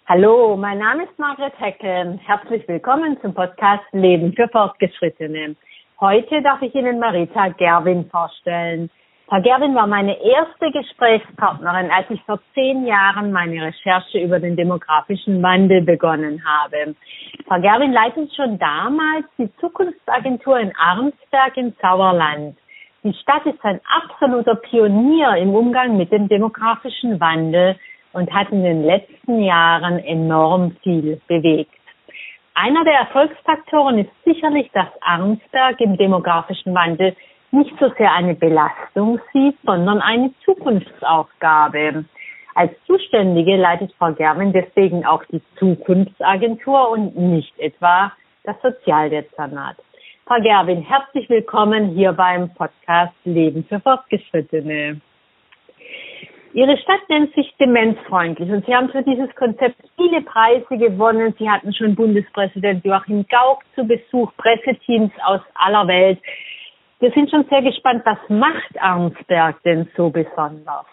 Hallo, mein Name ist Margret Hecke. Herzlich willkommen zum Podcast Leben für Fortgeschrittene. Heute darf ich Ihnen Marita Gerwin vorstellen. Frau Gerwin war meine erste Gesprächspartnerin, als ich vor 10 Jahren meine Recherche über den demografischen Wandel begonnen habe. Frau Gerwin leitet schon damals die Zukunftsagentur in Arnsberg im Sauerland. Die Stadt ist ein absoluter Pionier im Umgang mit dem demografischen Wandel und hat in den letzten Jahren enorm viel bewegt. Einer der Erfolgsfaktoren ist sicherlich, dass Arnsberg im demografischen Wandel nicht so sehr eine Belastung sieht, sondern eine Zukunftsaufgabe. Als Zuständige leitet Frau Gerwin deswegen auch die Zukunftsagentur und nicht etwa das Sozialdezernat. Frau Gerwin, herzlich willkommen hier beim Podcast Leben für Fortgeschrittene. Ihre Stadt nennt sich demenzfreundlich und Sie haben für dieses Konzept viele Preise gewonnen. Sie hatten schon Bundespräsident Joachim Gauck zu Besuch, Presseteams aus aller Welt. Wir sind schon sehr gespannt, was macht Arnsberg denn so besonders?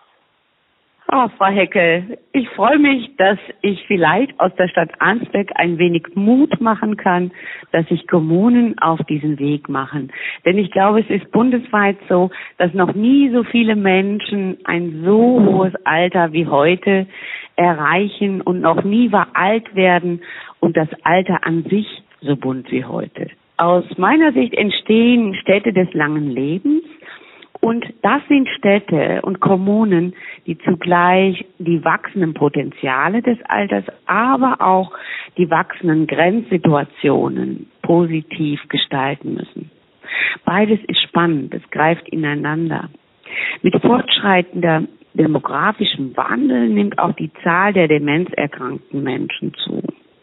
Oh, Frau Hecke, ich freue mich, dass ich vielleicht aus der Stadt Arnsberg ein wenig Mut machen kann, dass sich Kommunen auf diesen Weg machen. Denn ich glaube, es ist bundesweit so, dass noch nie so viele Menschen ein so hohes Alter wie heute erreichen und noch nie war alt werden und das Alter an sich so bunt wie heute. Aus meiner Sicht entstehen Städte des langen Lebens. Und das sind Städte und Kommunen, die zugleich die wachsenden Potenziale des Alters, aber auch die wachsenden Grenzsituationen positiv gestalten müssen. Beides ist spannend, es greift ineinander. Mit fortschreitender demografischem Wandel nimmt auch die Zahl der demenzerkrankten Menschen zu.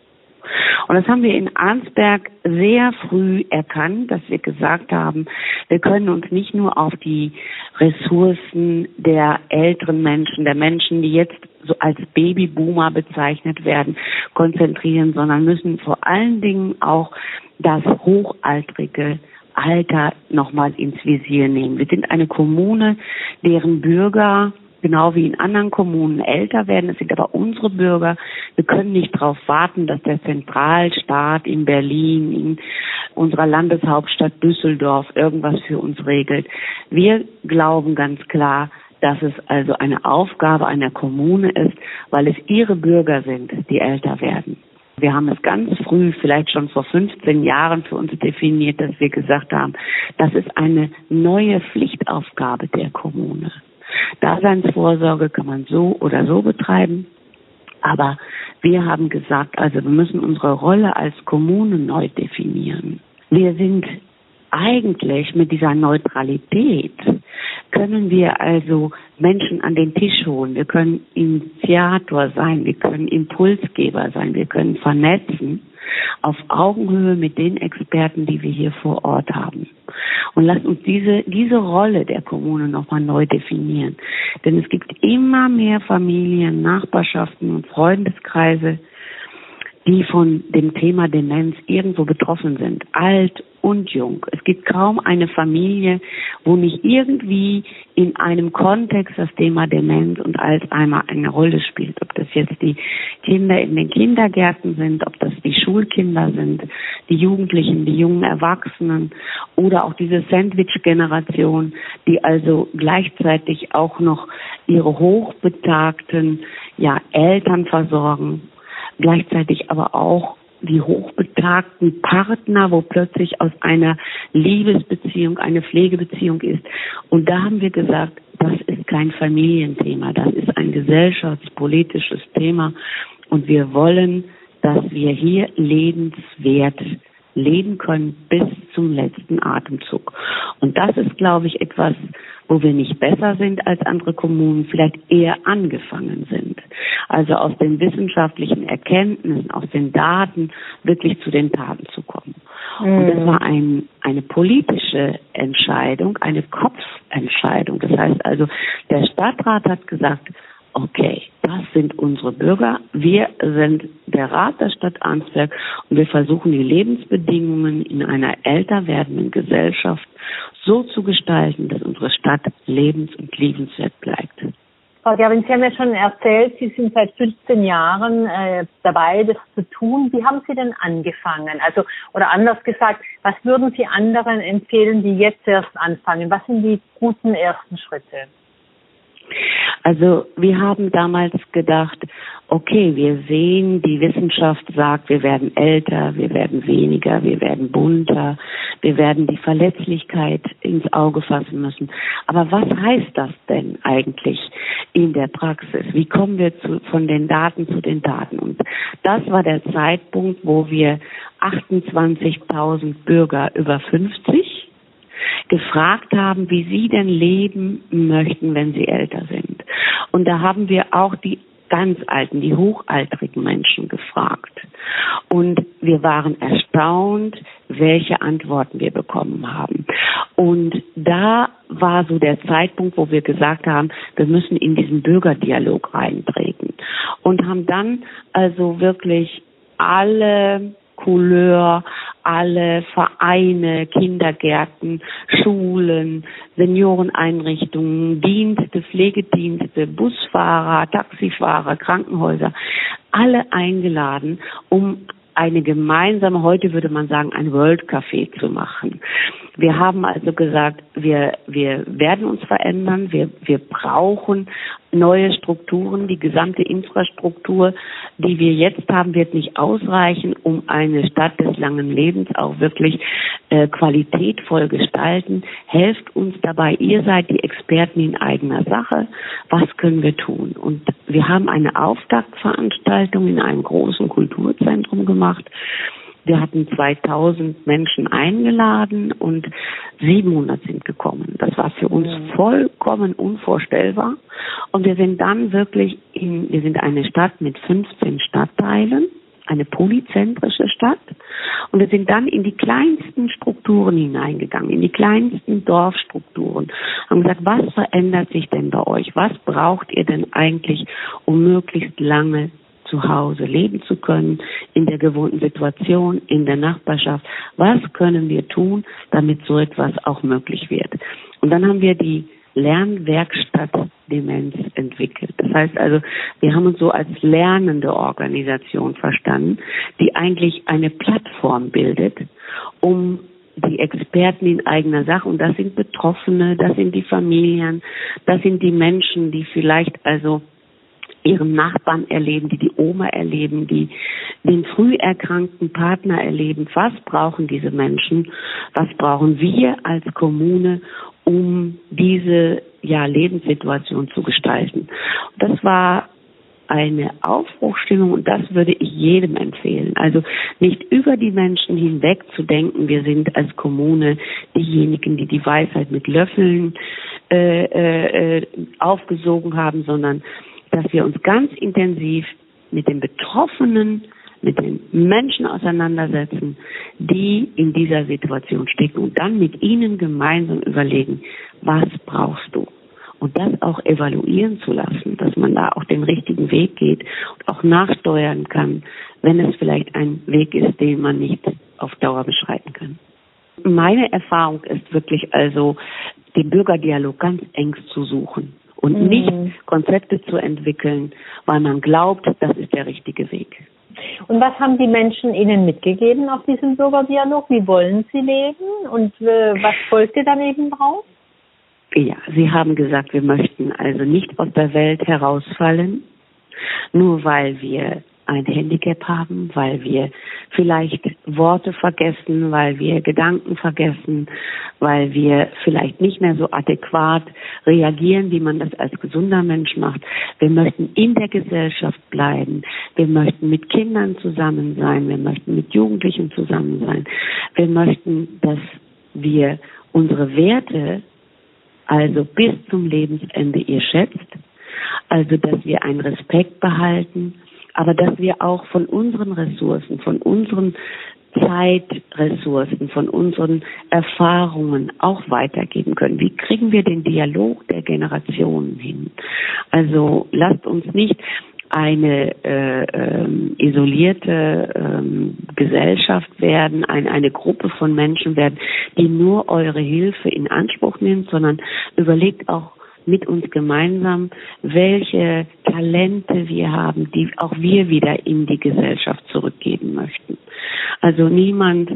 Und das haben wir in Arnsberg sehr früh erkannt, dass wir gesagt haben, wir können uns nicht nur auf die Ressourcen der älteren Menschen, der Menschen, die jetzt so als Babyboomer bezeichnet werden, konzentrieren, sondern müssen vor allen Dingen auch das hochaltrige Alter nochmal ins Visier nehmen. Wir sind eine Kommune, deren Bürger genau wie in anderen Kommunen älter werden. Es sind aber unsere Bürger. Wir können nicht darauf warten, dass der Zentralstaat in Berlin, in unserer Landeshauptstadt Düsseldorf irgendwas für uns regelt. Wir glauben ganz klar, dass es also eine Aufgabe einer Kommune ist, weil es ihre Bürger sind, die älter werden. Wir haben es ganz früh, vielleicht schon vor 15 Jahren für uns definiert, dass wir gesagt haben, das ist eine neue Pflichtaufgabe der Kommune. Daseinsvorsorge kann man so oder so betreiben, aber wir haben gesagt, also wir müssen unsere Rolle als Kommune neu definieren. Wir sind eigentlich mit dieser Neutralität, können wir also Menschen an den Tisch holen, wir können Initiator sein, wir können Impulsgeber sein, wir können vernetzen auf Augenhöhe mit den Experten, die wir hier vor Ort haben. Und lasst uns diese Rolle der Kommune nochmal neu definieren. Denn es gibt immer mehr Familien, Nachbarschaften und Freundeskreise, die von dem Thema Demenz irgendwo betroffen sind, alt und jung. Es gibt kaum eine Familie, wo nicht irgendwie in einem Kontext das Thema Demenz und Alzheimer eine Rolle spielt. Ob das jetzt die Kinder in den Kindergärten sind, ob das die Schulkinder sind, die Jugendlichen, die jungen Erwachsenen oder auch diese Sandwich-Generation, die also gleichzeitig auch noch ihre hochbetagten Eltern versorgen, gleichzeitig aber auch die hochbetagten Partner, wo plötzlich aus einer Liebesbeziehung eine Pflegebeziehung ist. Und da haben wir gesagt, das ist kein Familienthema, das ist ein gesellschaftspolitisches Thema. Und wir wollen, dass wir hier lebenswert leben können bis zum letzten Atemzug. Und das ist, glaube ich, etwas, wo wir nicht besser sind als andere Kommunen, vielleicht eher angefangen sind. Also aus den wissenschaftlichen Erkenntnissen, aus den Daten wirklich zu den Taten zu kommen. Und das war eine politische Entscheidung, eine Kopfentscheidung. Das heißt also, der Stadtrat hat gesagt, okay, das sind unsere Bürger, wir sind der Rat der Stadt Arnsberg und wir versuchen die Lebensbedingungen in einer älter werdenden Gesellschaft so zu gestalten, dass unsere Stadt lebens- und liebenswert bleibt. Frau Gerwin, Sie haben ja schon erzählt, Sie sind seit 15 Jahren dabei, das zu tun. Wie haben Sie denn angefangen? Also, oder anders gesagt, was würden Sie anderen empfehlen, die jetzt erst anfangen? Was sind die guten ersten Schritte? Also wir haben damals gedacht, okay, wir sehen, die Wissenschaft sagt, wir werden älter, wir werden weniger, wir werden bunter, wir werden die Verletzlichkeit ins Auge fassen müssen. Aber was heißt das denn eigentlich in der Praxis? Wie kommen wir von den Daten zu den Daten? Und das war der Zeitpunkt, wo wir 28.000 Bürger über 50 gefragt haben, wie sie denn leben möchten, wenn sie älter sind. Und da haben wir auch die ganz alten, die hochaltrigen Menschen gefragt. Und wir waren erstaunt, welche Antworten wir bekommen haben. Und da war so der Zeitpunkt, wo wir gesagt haben, wir müssen in diesen Bürgerdialog reintreten. Und haben dann also wirklich alle Couleur, alle Vereine, Kindergärten, Schulen, Senioreneinrichtungen, Dienste, Pflegedienste, Busfahrer, Taxifahrer, Krankenhäuser, alle eingeladen, um eine gemeinsame, heute würde man sagen, ein World Café zu machen. Wir haben also gesagt, wir werden uns verändern, wir brauchen neue Strukturen. Die gesamte Infrastruktur, die wir jetzt haben, wird nicht ausreichen, um eine Stadt des langen Lebens auch wirklich qualitätvoll gestalten. Helft uns dabei, ihr seid die Experten in eigener Sache. Was können wir tun? Und wir haben eine Auftaktveranstaltung in einem großen Kulturzentrum gemacht. Wir hatten 2000 Menschen eingeladen und 700 sind gekommen. Das war für uns vollkommen unvorstellbar. Und wir sind dann wirklich wir sind eine Stadt mit 15 Stadtteilen, eine polyzentrische Stadt. Und wir sind dann in die kleinsten Strukturen hineingegangen, in die kleinsten Dorfstrukturen. Haben gesagt, was verändert sich denn bei euch? Was braucht ihr denn eigentlich, um möglichst lange zu Hause leben zu können, in der gewohnten Situation, in der Nachbarschaft? Was können wir tun, damit so etwas auch möglich wird? Und dann haben wir die Lernwerkstatt Demenz entwickelt. Das heißt also, wir haben uns so als lernende Organisation verstanden, die eigentlich eine Plattform bildet, um die Experten in eigener Sache, und das sind Betroffene, das sind die Familien, das sind die Menschen, die vielleicht also ihren Nachbarn erleben, die Oma erleben, die den früh erkrankten Partner erleben. Was brauchen diese Menschen? Was brauchen wir als Kommune, um diese Lebenssituation zu gestalten? Das war eine Aufbruchstimmung und das würde ich jedem empfehlen. Also nicht über die Menschen hinweg zu denken, wir sind als Kommune diejenigen, die die Weisheit mit Löffeln aufgesogen haben, sondern dass wir uns ganz intensiv mit den Betroffenen, mit den Menschen auseinandersetzen, die in dieser Situation stecken und dann mit ihnen gemeinsam überlegen, was brauchst du? Und das auch evaluieren zu lassen, dass man da auch den richtigen Weg geht und auch nachsteuern kann, wenn es vielleicht ein Weg ist, den man nicht auf Dauer beschreiten kann. Meine Erfahrung ist wirklich also, den Bürgerdialog ganz eng zu suchen. Und nicht Konzepte zu entwickeln, weil man glaubt, das ist der richtige Weg. Und was haben die Menschen Ihnen mitgegeben auf diesem Bürgerdialog? Wie wollen Sie leben? Und was folgte dann eben drauf? Ja, Sie haben gesagt, wir möchten also nicht aus der Welt herausfallen, nur weil wir ein Handicap haben, weil wir vielleicht Worte vergessen, weil wir Gedanken vergessen, weil wir vielleicht nicht mehr so adäquat reagieren, wie man das als gesunder Mensch macht. Wir möchten in der Gesellschaft bleiben. Wir möchten mit Kindern zusammen sein. Wir möchten mit Jugendlichen zusammen sein. Wir möchten, dass wir unsere Werte also bis zum Lebensende ihr schätzt, also dass wir einen Respekt behalten, aber dass wir auch von unseren Ressourcen, von unseren Zeitressourcen, von unseren Erfahrungen auch weitergeben können. Wie kriegen wir den Dialog der Generationen hin? Also lasst uns nicht eine isolierte Gesellschaft werden, eine Gruppe von Menschen werden, die nur eure Hilfe in Anspruch nimmt, sondern überlegt auch, mit uns gemeinsam, welche Talente wir haben, die auch wir wieder in die Gesellschaft zurückgeben möchten. Also jemand,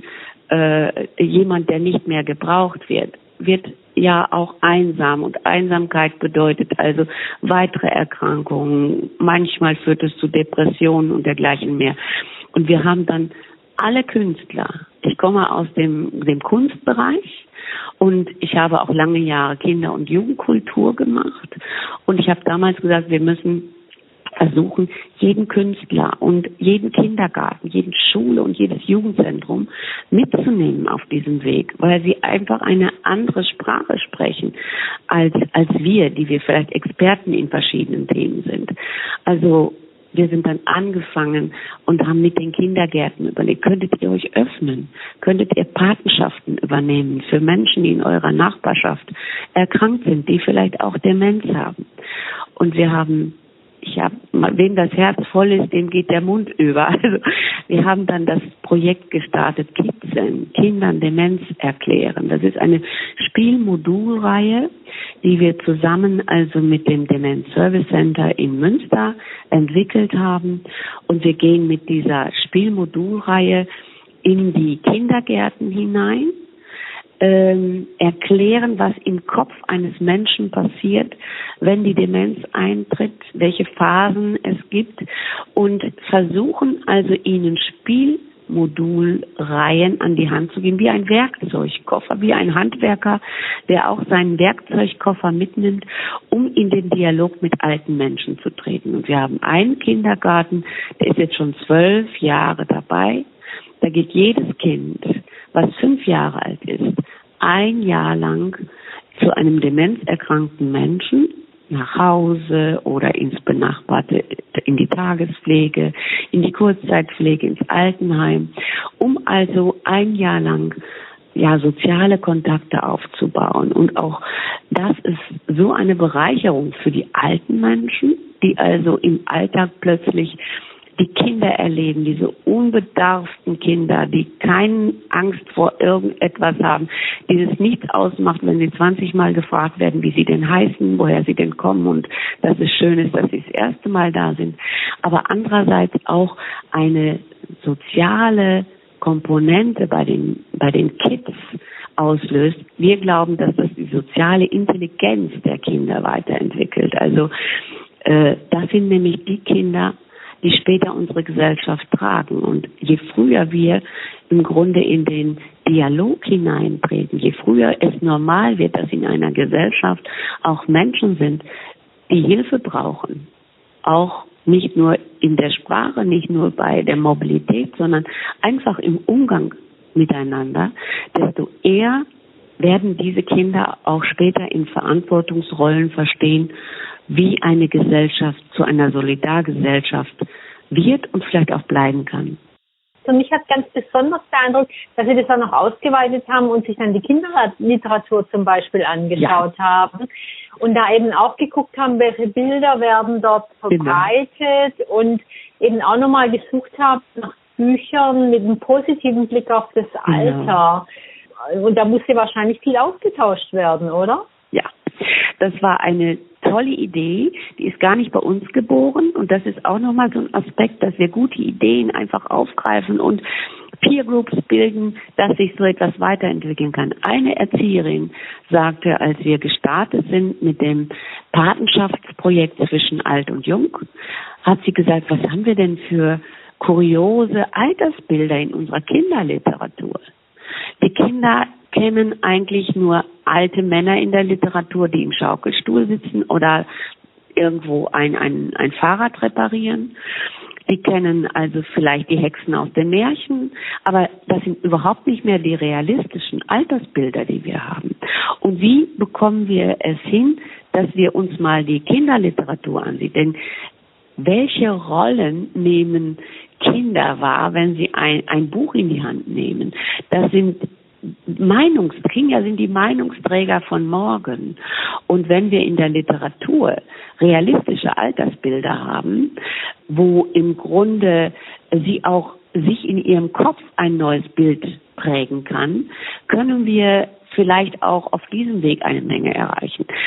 der nicht mehr gebraucht wird ja auch einsam, und Einsamkeit bedeutet also weitere Erkrankungen. Manchmal führt es zu Depressionen und dergleichen mehr. Und wir haben dann alle Künstler. Ich komme aus dem Kunstbereich und ich habe auch lange Jahre Kinder- und Jugendkultur gemacht. Und ich habe damals gesagt, wir müssen versuchen, jeden Künstler und jeden Kindergarten, jede Schule und jedes Jugendzentrum mitzunehmen auf diesem Weg, weil sie einfach eine andere Sprache sprechen als wir, die wir vielleicht Experten in verschiedenen Themen sind. Also wir sind dann angefangen und haben mit den Kindergärten überlegt, könntet ihr euch öffnen? Könntet ihr Patenschaften übernehmen für Menschen, die in eurer Nachbarschaft erkrankt sind, die vielleicht auch Demenz haben? Und wem das Herz voll ist, dem geht der Mund über. Also wir haben dann das Projekt gestartet, Kitzen, Kindern Demenz erklären. Das ist eine Spielmodulreihe, die wir zusammen also mit dem Demenz Service Center in Münster entwickelt haben. Und wir gehen mit dieser Spielmodulreihe in die Kindergärten hinein, erklären, was im Kopf eines Menschen passiert, wenn die Demenz eintritt, welche Phasen es gibt, und versuchen also ihnen Spielmodulreihen an die Hand zu geben, wie ein Werkzeugkoffer, wie ein Handwerker, der auch seinen Werkzeugkoffer mitnimmt, um in den Dialog mit alten Menschen zu treten. Und wir haben einen Kindergarten, der ist jetzt schon 12 Jahre dabei. Da geht jedes Kind, was 5 Jahre alt ist, ein Jahr lang zu einem demenzerkrankten Menschen nach Hause oder ins Benachbarte, in die Tagespflege, in die Kurzzeitpflege, ins Altenheim, um also ein Jahr lang soziale Kontakte aufzubauen. Und auch das ist so eine Bereicherung für die alten Menschen, die also im Alltag plötzlich die Kinder erleben, diese unbedarften Kinder, die keine Angst vor irgendetwas haben, die es nichts ausmacht, wenn sie 20 Mal gefragt werden, wie sie denn heißen, woher sie denn kommen und dass es schön ist, dass sie das erste Mal da sind. Aber andererseits auch eine soziale Komponente bei den Kids auslöst. Wir glauben, dass das die soziale Intelligenz der Kinder weiterentwickelt. Also das sind nämlich die Kinder, die später unsere Gesellschaft tragen. Und je früher wir im Grunde in den Dialog hineintreten, je früher es normal wird, dass in einer Gesellschaft auch Menschen sind, die Hilfe brauchen, auch nicht nur in der Sprache, nicht nur bei der Mobilität, sondern einfach im Umgang miteinander, desto eher werden diese Kinder auch später in Verantwortungsrollen verstehen, wie eine Gesellschaft zu einer Solidargesellschaft wird und vielleicht auch bleiben kann. Und mich hat ganz besonders beeindruckt, dass Sie das auch noch ausgeweitet haben und sich dann die Kinderliteratur zum Beispiel angeschaut haben und da eben auch geguckt haben, welche Bilder werden dort verbreitet und eben auch nochmal gesucht haben nach Büchern mit einem positiven Blick auf das Alter. Und da musste wahrscheinlich viel ausgetauscht werden, oder? Ja, das war eine tolle Idee, die ist gar nicht bei uns geboren, und das ist auch nochmal so ein Aspekt, dass wir gute Ideen einfach aufgreifen und Peer Groups bilden, dass sich so etwas weiterentwickeln kann. Eine Erzieherin sagte, als wir gestartet sind mit dem Patenschaftsprojekt zwischen Alt und Jung, hat sie gesagt, was haben wir denn für kuriose Altersbilder in unserer Kinderliteratur? Die Kinder kennen eigentlich nur alte Männer in der Literatur, die im Schaukelstuhl sitzen oder irgendwo ein Fahrrad reparieren. Die kennen also vielleicht die Hexen aus den Märchen, aber das sind überhaupt nicht mehr die realistischen Altersbilder, die wir haben. Und wie bekommen wir es hin, dass wir uns mal die Kinderliteratur ansehen? Denn welche Rollen nehmen Kinder wahr, wenn sie ein Buch in die Hand nehmen? Das sind Kinder sind die Meinungsträger von morgen. Und wenn wir in der Literatur realistische Altersbilder haben, wo im Grunde sie auch sich in ihrem Kopf ein neues Bild prägen kann, können wir vielleicht auch auf diesem Weg eine Menge erreichen.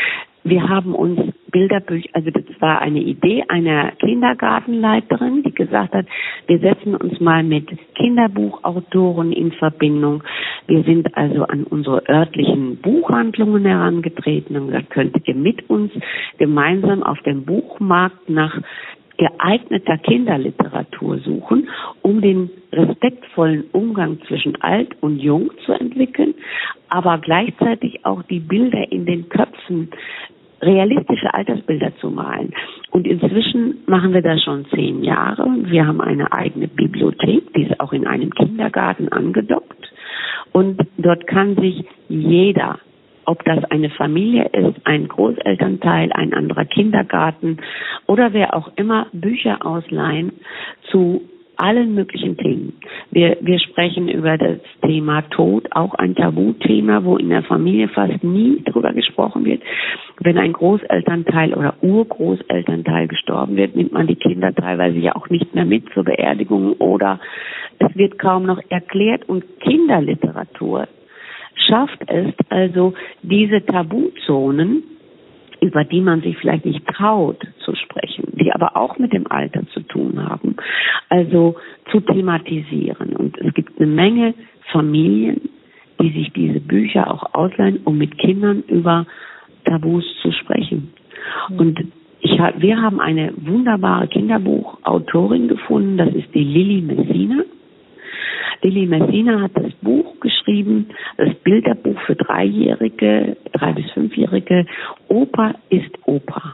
Wir haben uns Bilderbücher, also das war eine Idee einer Kindergartenleiterin, die gesagt hat, wir setzen uns mal mit Kinderbuchautoren in Verbindung. Wir sind also an unsere örtlichen Buchhandlungen herangetreten und gesagt, könntet ihr mit uns gemeinsam auf dem Buchmarkt nach geeigneter Kinderliteratur suchen, um den respektvollen Umgang zwischen alt und jung zu entwickeln, aber gleichzeitig auch die Bilder in den Köpfen, realistische Altersbilder zu malen. Und inzwischen machen wir das schon 10 Jahre. Wir haben eine eigene Bibliothek, die ist auch in einem Kindergarten angedockt. Und dort kann sich jeder, ob das eine Familie ist, ein Großelternteil, ein anderer Kindergarten oder wer auch immer, Bücher ausleihen zu allen möglichen Themen. Wir sprechen über das Thema Tod, auch ein Tabuthema, wo in der Familie fast nie drüber gesprochen wird. Wenn ein Großelternteil oder Urgroßelternteil gestorben wird, nimmt man die Kinder teilweise ja auch nicht mehr mit zur Beerdigung oder es wird kaum noch erklärt. Und Kinderliteratur schafft es also, diese Tabuzonen, über die man sich vielleicht nicht traut zu sprechen, die aber auch mit dem Alter zu tun haben, also zu thematisieren. Und es gibt eine Menge Familien, die sich diese Bücher auch ausleihen, um mit Kindern über Tabus zu sprechen. Und wir haben eine wunderbare Kinderbuchautorin gefunden, das ist die Lilly Messina. Lilly Messina hat das Buch geschrieben, das Bilderbuch für 3-Jährige, 3- bis 5-Jährige, Opa ist Opa.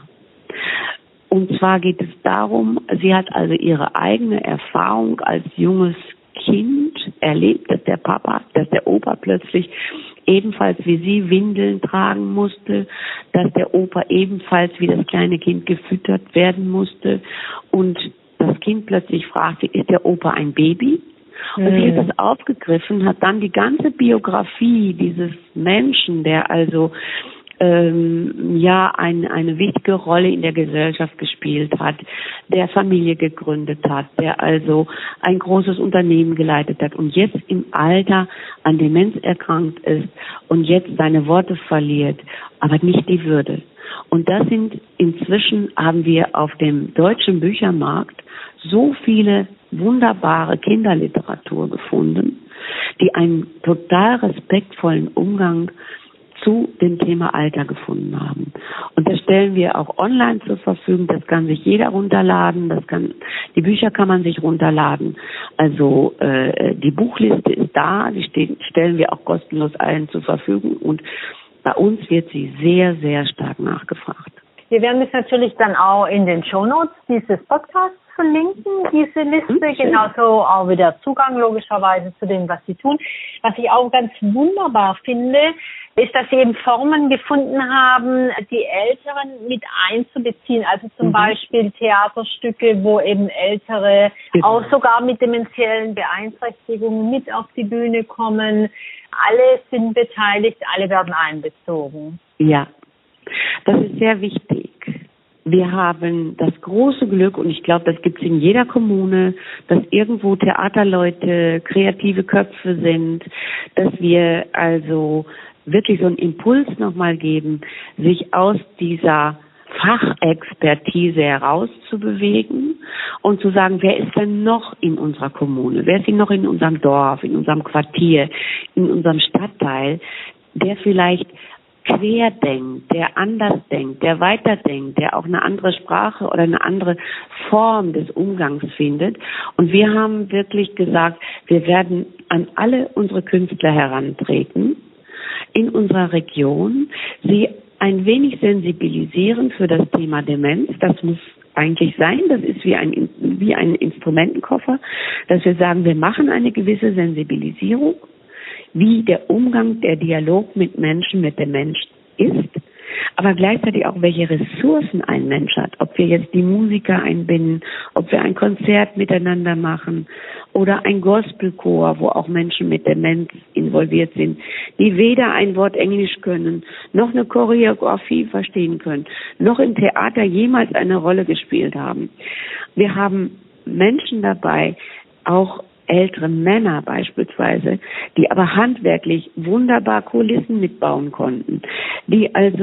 Und zwar geht es darum, sie hat also ihre eigene Erfahrung als junges Kind erlebt, dass der Opa plötzlich ebenfalls wie sie Windeln tragen musste, dass der Opa ebenfalls wie das kleine Kind gefüttert werden musste und das Kind plötzlich fragte, ist der Opa ein Baby? Und sie hat das aufgegriffen, hat dann die ganze Biografie dieses Menschen, der also eine wichtige Rolle in der Gesellschaft gespielt hat, der Familie gegründet hat, der also ein großes Unternehmen geleitet hat und jetzt im Alter an Demenz erkrankt ist und jetzt seine Worte verliert, aber nicht die Würde. Und das sind inzwischen, haben wir auf dem deutschen Büchermarkt so viele wunderbare Kinderliteratur gefunden, die einen total respektvollen Umgang zu dem Thema Alter gefunden haben. Und das stellen wir auch online zur Verfügung. Das kann sich jeder runterladen. Die Bücher kann man sich runterladen. Also die Buchliste ist da. Die stellen wir auch kostenlos allen zur Verfügung. Und bei uns wird sie sehr, sehr stark nachgefragt. Wir werden das natürlich dann auch in den Shownotes dieses Podcasts verlinken, diese Liste, genauso auch wieder Zugang logischerweise zu dem, was Sie tun. Was ich auch ganz wunderbar finde, ist, dass Sie eben Formen gefunden haben, die Älteren mit einzubeziehen, also zum Beispiel Theaterstücke, wo eben Ältere auch sogar mit dementiellen Beeinträchtigungen mit auf die Bühne kommen. Alle sind beteiligt, alle werden einbezogen. Ja, das ist sehr wichtig. Wir haben das große Glück, und ich glaube, das gibt es in jeder Kommune, dass irgendwo Theaterleute, kreative Köpfe sind, dass wir also wirklich so einen Impuls nochmal geben, sich aus dieser Fachexpertise herauszubewegen und zu sagen, wer ist denn noch in unserer Kommune, wer ist denn noch in unserem Dorf, in unserem Quartier, in unserem Stadtteil, der vielleicht quer denkt, der anders denkt, der weiterdenkt, der auch eine andere Sprache oder eine andere Form des Umgangs findet. Und wir haben wirklich gesagt, wir werden an alle unsere Künstler herantreten in unserer Region, sie ein wenig sensibilisieren für das Thema Demenz. Das muss eigentlich sein. Das ist wie ein Instrumentenkoffer, dass wir sagen, wir machen eine gewisse Sensibilisierung, wie der Umgang, der Dialog mit Menschen mit Demenz ist, aber gleichzeitig auch, welche Ressourcen ein Mensch hat. Ob wir jetzt die Musiker einbinden, ob wir ein Konzert miteinander machen oder ein Gospelchor, wo auch Menschen mit Demenz involviert sind, die weder ein Wort Englisch können, noch eine Choreografie verstehen können, noch im Theater jemals eine Rolle gespielt haben. Wir haben Menschen dabei, auch ältere Männer beispielsweise, die aber handwerklich wunderbar Kulissen mitbauen konnten, die also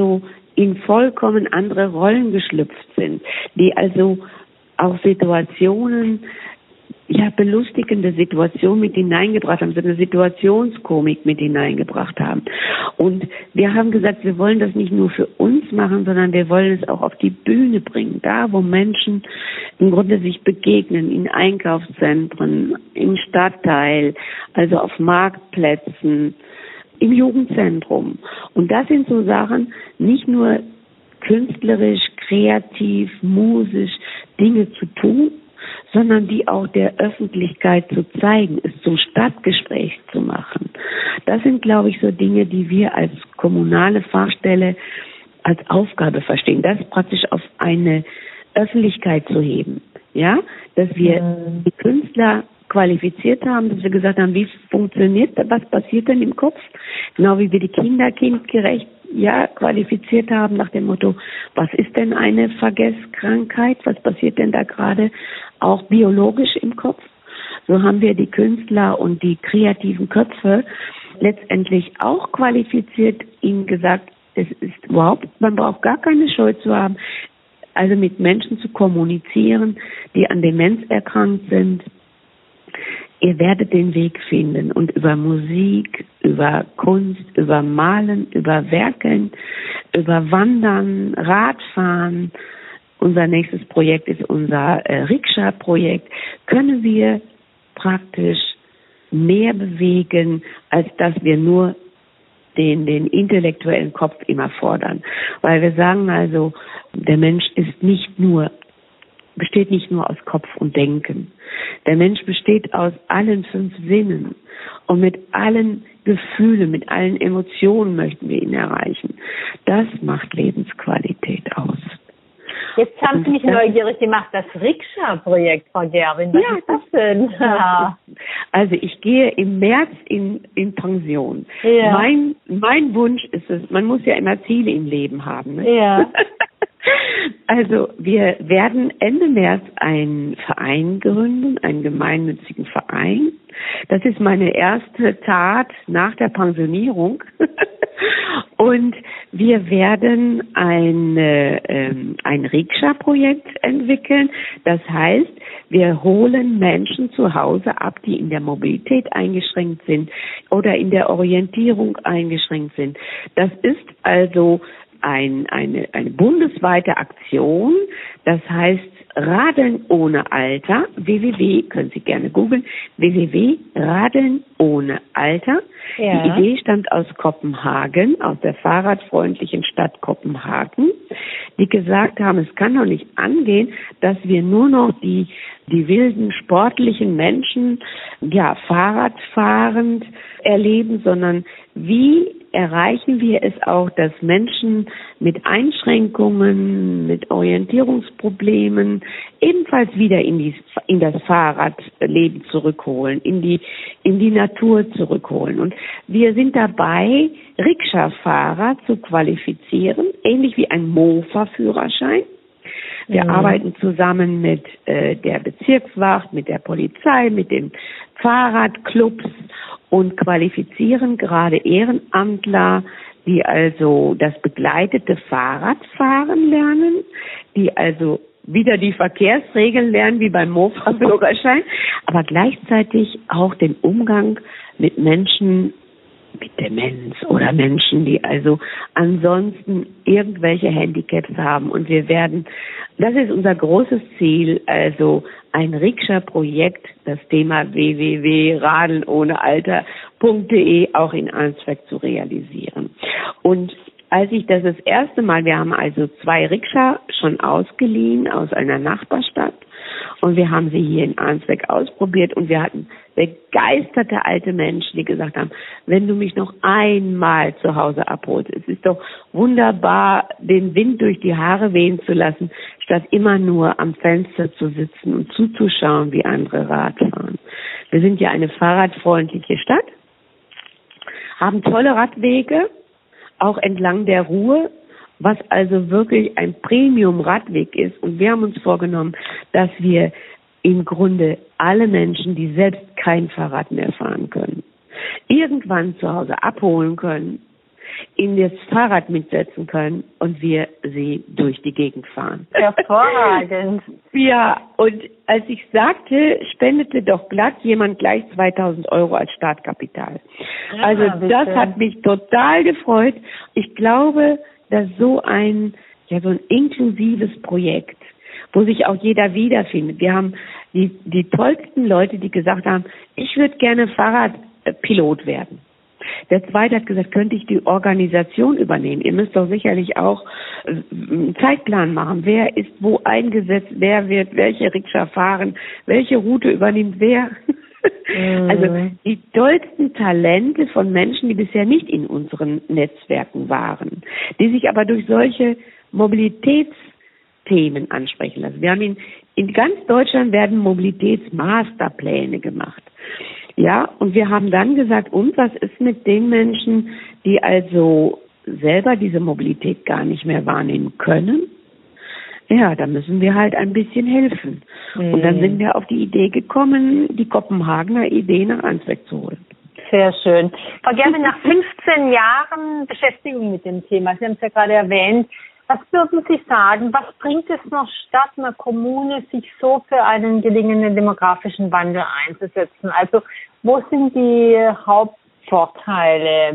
in vollkommen andere Rollen geschlüpft sind, die also auch Situationen, belustigende Situationen mit hineingebracht haben, so eine Situationskomik mit hineingebracht haben. Und wir haben gesagt, wir wollen das nicht nur für uns machen, sondern wir wollen es auch auf die Bühne bringen, da wo Menschen im Grunde sich begegnen, in Einkaufszentren, im Stadtteil, also auf Marktplätzen, im Jugendzentrum. Und das sind so Sachen, nicht nur künstlerisch, kreativ, musisch Dinge zu tun, sondern die auch der Öffentlichkeit zu zeigen, es zum Stadtgespräch zu machen. Das sind, glaube ich, so Dinge, die wir als kommunale Fachstelle als Aufgabe verstehen, das praktisch auf eine Öffentlichkeit zu heben. Ja, dass wir die Künstler qualifiziert haben, dass wir gesagt haben, wie funktioniert das, was passiert denn im Kopf? Genau wie wir die Kinder kindgerecht qualifiziert haben nach dem Motto, was ist denn eine Vergesskrankheit? Was passiert denn da gerade auch biologisch im Kopf? So haben wir die Künstler und die kreativen Köpfe letztendlich auch qualifiziert, ihnen gesagt, es ist überhaupt, man braucht gar keine Scheu zu haben, also mit Menschen zu kommunizieren, die an Demenz erkrankt sind. Ihr werdet den Weg finden und über Musik, über Kunst, über Malen, über Werkeln, über Wandern, Radfahren. Unser nächstes Projekt ist unser Rikscha-Projekt. Können wir praktisch mehr bewegen, als dass wir nur den intellektuellen Kopf immer fordern. Weil wir sagen also, der Mensch besteht nicht nur aus Kopf und Denken. Der Mensch besteht aus allen 5 Sinnen und mit allen Gefühlen, mit allen Emotionen möchten wir ihn erreichen. Das macht Lebensqualität aus. Jetzt haben Sie mich neugierig gemacht, das Rikscha-Projekt, Frau Gerwin. Was ist das denn? Also ich gehe im März in Pension. Ja. Mein Wunsch ist es, man muss ja immer Ziele im Leben haben. Ne? Ja. Also wir werden Ende März einen Verein gründen, einen gemeinnützigen Verein. Das ist meine erste Tat nach der Pensionierung. Und wir werden ein Rikscha-Projekt entwickeln. Das heißt, wir holen Menschen zu Hause ab, die in der Mobilität eingeschränkt sind oder in der Orientierung eingeschränkt sind. Das ist also eine bundesweite Aktion, das heißt Radeln ohne Alter, können Sie gerne googeln, www.radeln ohne Alter. Ja. Die Idee stammt aus Kopenhagen, aus der fahrradfreundlichen Stadt Kopenhagen, die gesagt haben, es kann doch nicht angehen, dass wir nur noch die wilden sportlichen Menschen, Fahrradfahrend erleben, sondern wie erreichen wir es auch, dass Menschen mit Einschränkungen, mit Orientierungsproblemen ebenfalls wieder in das Fahrradleben zurückholen, in die Natur zurückholen. Und wir sind dabei, Rikscha-Fahrer zu qualifizieren, ähnlich wie ein Mofa-Führerschein. Wir arbeiten zusammen mit der Bezirkswacht, mit der Polizei, mit den Fahrradclubs und qualifizieren gerade Ehrenamtler, die also das begleitete Fahrradfahren lernen, die also wieder die Verkehrsregeln lernen, wie beim Mofa-Bürgerschein, aber gleichzeitig auch den Umgang mit Menschen mit Demenz oder Menschen, die also ansonsten irgendwelche Handicaps haben. Und das ist unser großes Ziel, also ein Rikscha-Projekt, das Thema www.radelnohnealter.de auch in Arnsberg zu realisieren. Und als ich das erste Mal, wir haben also 2 Rikscha schon ausgeliehen aus einer Nachbarstadt und wir haben sie hier in Arnsberg ausprobiert und wir hatten begeisterte alte Menschen, die gesagt haben, wenn du mich noch einmal zu Hause abholst, es ist doch wunderbar, den Wind durch die Haare wehen zu lassen, statt immer nur am Fenster zu sitzen und zuzuschauen, wie andere Rad fahren. Wir sind ja eine fahrradfreundliche Stadt, haben tolle Radwege, auch entlang der Ruhr, was also wirklich ein Premium-Radweg ist. Und wir haben uns vorgenommen, dass wir im Grunde alle Menschen, die selbst kein Fahrrad mehr fahren können, irgendwann zu Hause abholen können, in das Fahrrad mitsetzen können und wir sie durch die Gegend fahren. Hervorragend. Ja, und als ich sagte, spendete doch glatt jemand gleich 2.000 € als Startkapital. Ja, also das bitte. hat mich total gefreut. Ich glaube, dass so ein inklusives Projekt, wo sich auch jeder wiederfindet. Wir haben die tollsten Leute, die gesagt haben, ich würde gerne Fahrradpilot werden. Der zweite hat gesagt, könnte ich die Organisation übernehmen? Ihr müsst doch sicherlich auch einen Zeitplan machen. Wer ist wo eingesetzt? Wer wird welche Rikscha fahren? Welche Route übernimmt wer? Also die tollsten Talente von Menschen, die bisher nicht in unseren Netzwerken waren, die sich aber durch solche Mobilitätsthemen ansprechen lassen. Wir haben in ganz Deutschland werden Mobilitätsmasterpläne gemacht. Ja, und wir haben dann gesagt, und was ist mit den Menschen, die also selber diese Mobilität gar nicht mehr wahrnehmen können? Ja, da müssen wir halt ein bisschen helfen. Und dann sind wir auf die Idee gekommen, die Kopenhagener Idee nach Ansbeck zu holen. Sehr schön. Frau Gerwin, nach 15 Jahren Beschäftigung mit dem Thema, Sie haben es ja gerade erwähnt, was würden Sie sagen, was bringt es noch statt, einer Kommune sich so für einen gelingenden demografischen Wandel einzusetzen? Also wo sind die Hauptvorteile?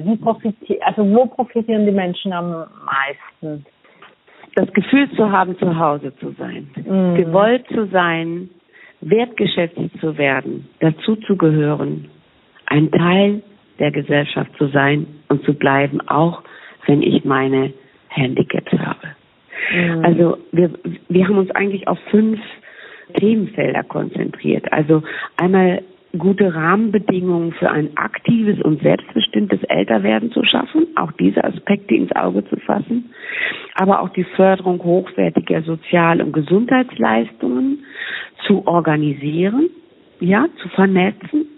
Wo profitieren die Menschen am meisten? Das Gefühl zu haben, zu Hause zu sein, gewollt zu sein, wertgeschätzt zu werden, dazu zu gehören, ein Teil der Gesellschaft zu sein und zu bleiben, auch wenn ich meine Handicaps habe. Also wir haben uns eigentlich auf 5 Themenfelder konzentriert. Also einmal gute Rahmenbedingungen für ein aktives und selbstbestimmtes Älterwerden zu schaffen, auch diese Aspekte ins Auge zu fassen, aber auch die Förderung hochwertiger Sozial- und Gesundheitsleistungen zu organisieren, ja, zu vernetzen.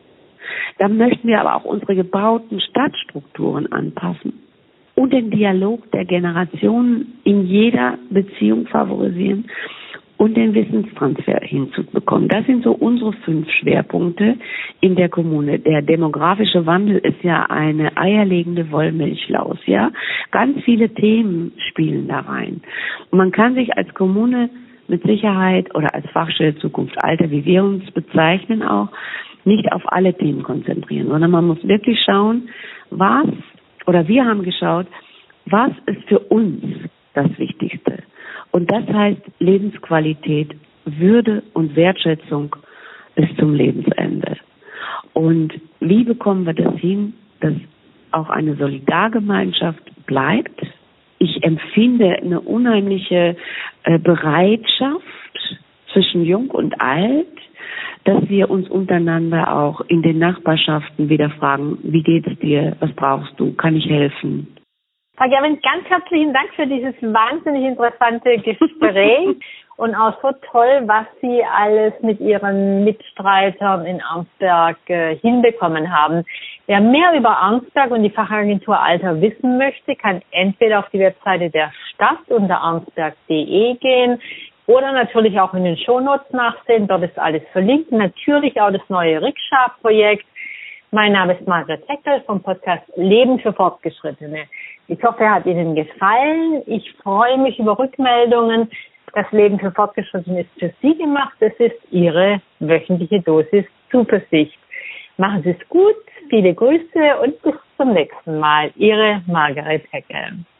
Dann möchten wir aber auch unsere gebauten Stadtstrukturen anpassen und den Dialog der Generationen in jeder Beziehung favorisieren und den Wissenstransfer hinzubekommen. Das sind so unsere 5 Schwerpunkte in der Kommune. Der demografische Wandel ist ja eine eierlegende Wollmilchlaus, ja. Ganz viele Themen spielen da rein. Und man kann sich als Kommune mit Sicherheit oder als Fachstelle Zukunft Alter, wie wir uns bezeichnen auch, nicht auf alle Themen konzentrieren, sondern man muss wirklich schauen, wir haben geschaut, was ist für uns das Wichtigste? Und das heißt Lebensqualität, Würde und Wertschätzung bis zum Lebensende. Und wie bekommen wir das hin, dass auch eine Solidargemeinschaft bleibt? Ich empfinde eine unheimliche Bereitschaft zwischen Jung und Alt, dass wir uns untereinander auch in den Nachbarschaften wieder fragen, wie geht's dir, was brauchst du, kann ich helfen? Frau Gerwin, ganz herzlichen Dank für dieses wahnsinnig interessante Gespräch und auch so toll, was Sie alles mit Ihren Mitstreitern in Arnsberg hinbekommen haben. Wer mehr über Arnsberg und die Fachagentur Alter wissen möchte, kann entweder auf die Webseite der Stadt unter arnsberg.de gehen oder natürlich auch in den Shownotes nachsehen. Dort ist alles verlinkt. Natürlich auch das neue Rikscha-Projekt. Mein Name ist Margret Heckel vom Podcast Leben für Fortgeschrittene. Ich hoffe, er hat Ihnen gefallen. Ich freue mich über Rückmeldungen. Das Leben für Fortgeschrittene ist für Sie gemacht. Es ist Ihre wöchentliche Dosis Zuversicht. Machen Sie es gut, viele Grüße und bis zum nächsten Mal. Ihre Margret Heckel.